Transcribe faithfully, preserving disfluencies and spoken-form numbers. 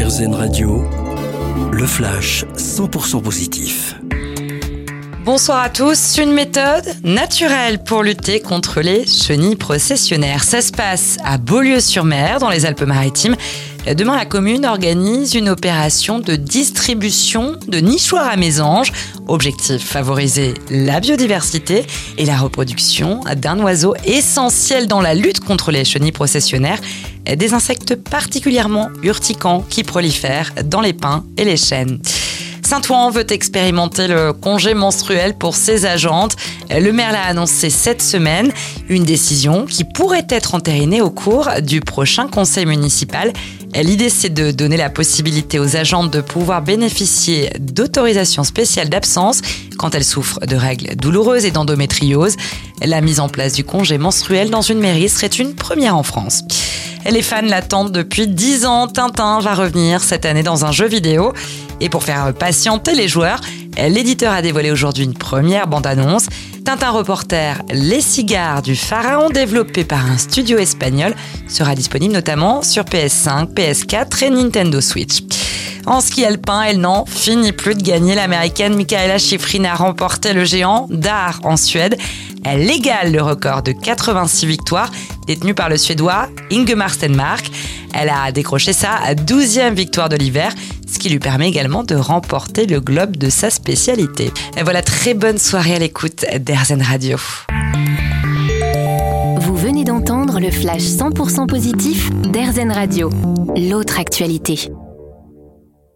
Zen Radio, le flash cent pour cent positif. Bonsoir à tous. Une méthode naturelle pour lutter contre les chenilles processionnaires. Ça se passe à Beaulieu-sur-Mer, dans les Alpes-Maritimes. Demain, la commune organise une opération de distribution de nichoirs à mésanges. Objectif, favoriser la biodiversité et la reproduction d'un oiseau essentiel dans la lutte contre les chenilles processionnaires, des insectes particulièrement urticants qui prolifèrent dans les pins et les chênes. Saint-Ouen veut expérimenter le congé menstruel pour ses agentes. Le maire l'a annoncé cette semaine, une décision qui pourrait être entérinée au cours du prochain conseil municipal. L'idée, c'est de donner la possibilité aux agentes de pouvoir bénéficier d'autorisations spéciales d'absence quand elles souffrent de règles douloureuses et d'endométriose. La mise en place du congé menstruel dans une mairie serait une première en France. Les fans l'attendent depuis dix ans. Tintin va revenir cette année dans un jeu vidéo. Et pour faire patienter les joueurs, l'éditeur a dévoilé aujourd'hui une première bande-annonce. Tintin Reporter, les cigares du pharaon, développé par un studio espagnol, sera disponible notamment sur P S cinq, P S quatre et Nintendo Switch. En ski alpin, elle n'en finit plus de gagner. L'américaine Mikaela Shiffrin a remporté le géant d'Ar en Suède. Elle égale le record de quatre-vingt-six victoires détenu par le Suédois Ingemar Stenmark. Elle a décroché sa douzième victoire de l'hiver, ce qui lui permet également de remporter le globe de sa spécialité. Et voilà, très bonne soirée à l'écoute d'Airzen Radio. Vous venez d'entendre le flash cent pour cent positif d'Airzen Radio, l'autre actualité.